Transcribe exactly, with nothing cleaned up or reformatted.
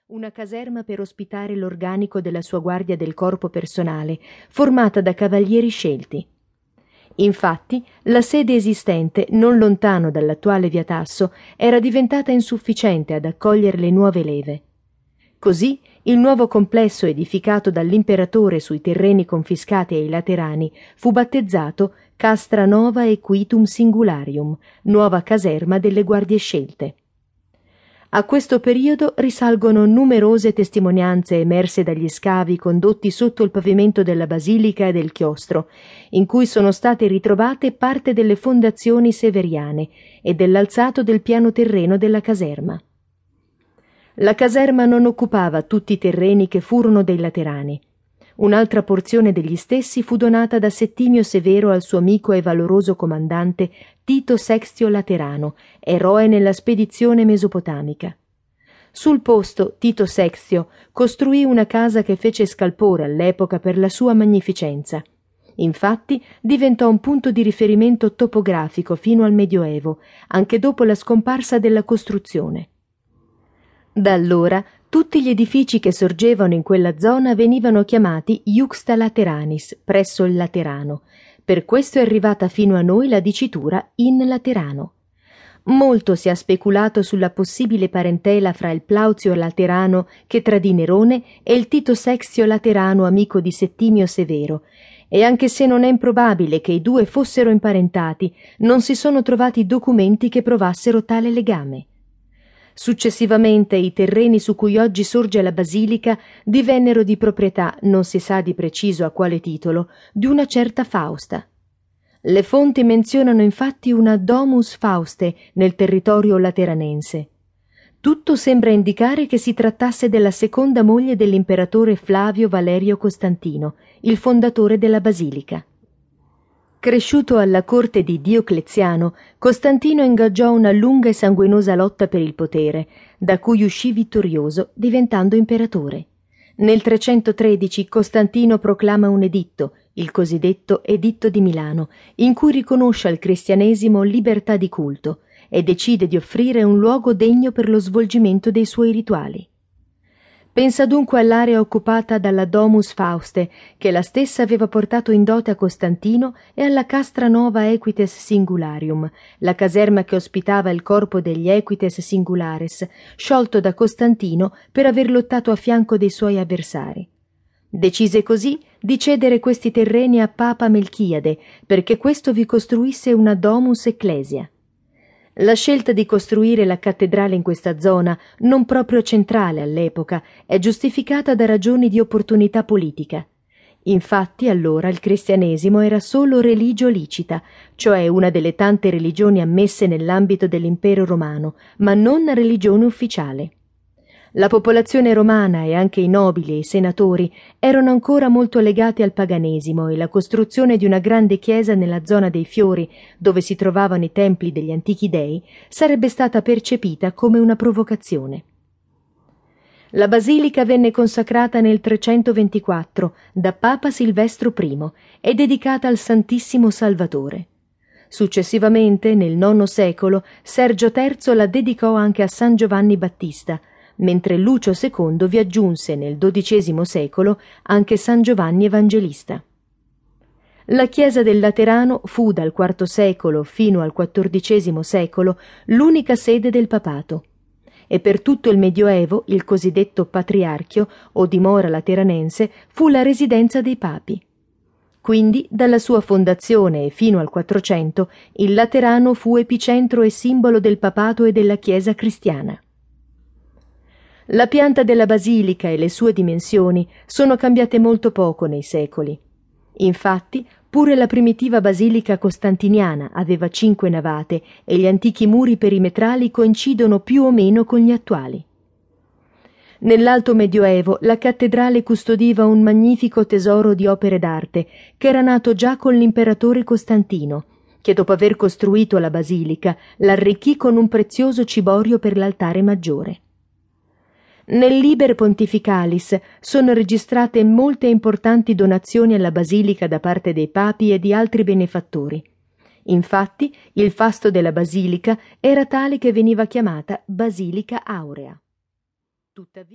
una caserma per ospitare l'organico della sua guardia del corpo personale, formata da cavalieri scelti. Infatti, la sede esistente, non lontano dall'attuale via Tasso, era diventata insufficiente ad accogliere le nuove leve. Così, il nuovo complesso edificato dall'imperatore sui terreni confiscati ai Laterani fu battezzato Castra Nova Equitum Singularium, nuova caserma delle guardie scelte. A questo periodo risalgono numerose testimonianze emerse dagli scavi condotti sotto il pavimento della basilica e del chiostro, in cui sono state ritrovate parte delle fondazioni severiane e dell'alzato del piano terreno della caserma. La caserma non occupava tutti i terreni che furono dei Laterani. Un'altra porzione degli stessi fu donata da Settimio Severo al suo amico e valoroso comandante Tito Sextio Laterano, eroe nella spedizione mesopotamica. Sul posto Tito Sextio costruì una casa che fece scalpore all'epoca per la sua magnificenza. Infatti diventò un punto di riferimento topografico fino al Medioevo, anche dopo la scomparsa della costruzione. Da allora tutti gli edifici che sorgevano in quella zona venivano chiamati Iuxta Lateranis, presso il Laterano. Per questo è arrivata fino a noi la dicitura in Laterano. Molto si ha speculato sulla possibile parentela fra il Plauzio Laterano che tradì Nerone e il Tito Sextio Laterano amico di Settimio Severo, e anche se non è improbabile che i due fossero imparentati, non si sono trovati documenti che provassero tale legame. Successivamente i terreni su cui oggi sorge la basilica divennero di proprietà, non si sa di preciso a quale titolo, di una certa Fausta. Le fonti menzionano infatti una Domus Fauste nel territorio lateranense. Tutto sembra indicare che si trattasse della seconda moglie dell'imperatore Flavio Valerio Costantino, il fondatore della basilica. Cresciuto alla corte di Diocleziano, Costantino ingaggiò una lunga e sanguinosa lotta per il potere, da cui uscì vittorioso, diventando imperatore. Nel trecentotredici Costantino proclama un editto, il cosiddetto Editto di Milano, in cui riconosce al cristianesimo libertà di culto e decide di offrire un luogo degno per lo svolgimento dei suoi rituali. Pensa dunque all'area occupata dalla Domus Fauste, che la stessa aveva portato in dote a Costantino, e alla Castra Nova Equites Singularium, la caserma che ospitava il corpo degli Equites Singulares, sciolto da Costantino per aver lottato a fianco dei suoi avversari. Decise così di cedere questi terreni a Papa Melchiade, perché questo vi costruisse una Domus Ecclesia. La scelta di costruire la cattedrale in questa zona, non proprio centrale all'epoca, è giustificata da ragioni di opportunità politica. Infatti allora il cristianesimo era solo religio licita, cioè una delle tante religioni ammesse nell'ambito dell'impero romano, ma non religione ufficiale. La popolazione romana e anche i nobili e i senatori erano ancora molto legati al paganesimo, e la costruzione di una grande chiesa nella zona dei Fiori, dove si trovavano i templi degli antichi dei, sarebbe stata percepita come una provocazione. La basilica venne consacrata nel trecentoventiquattro da Papa Silvestro primo e dedicata al Santissimo Salvatore. Successivamente, nel nono secolo, Sergio terzo la dedicò anche a San Giovanni Battista, mentre Lucio secondo vi aggiunse nel dodicesimo secolo anche San Giovanni Evangelista. La chiesa del Laterano fu dal quarto secolo fino al quattordicesimo secolo l'unica sede del papato, e per tutto il Medioevo il cosiddetto patriarchio o dimora lateranense fu la residenza dei papi. Quindi, dalla sua fondazione e fino al Quattrocento, il Laterano fu epicentro e simbolo del papato e della Chiesa cristiana. La pianta della basilica e le sue dimensioni sono cambiate molto poco nei secoli. Infatti, pure la primitiva basilica costantiniana aveva cinque navate e gli antichi muri perimetrali coincidono più o meno con gli attuali. Nell'Alto Medioevo la cattedrale custodiva un magnifico tesoro di opere d'arte che era nato già con l'imperatore Costantino, che dopo aver costruito la basilica l'arricchì con un prezioso ciborio per l'altare maggiore. Nel Liber Pontificalis sono registrate molte importanti donazioni alla basilica da parte dei papi e di altri benefattori. Infatti, il fasto della basilica era tale che veniva chiamata Basilica Aurea. Tuttavia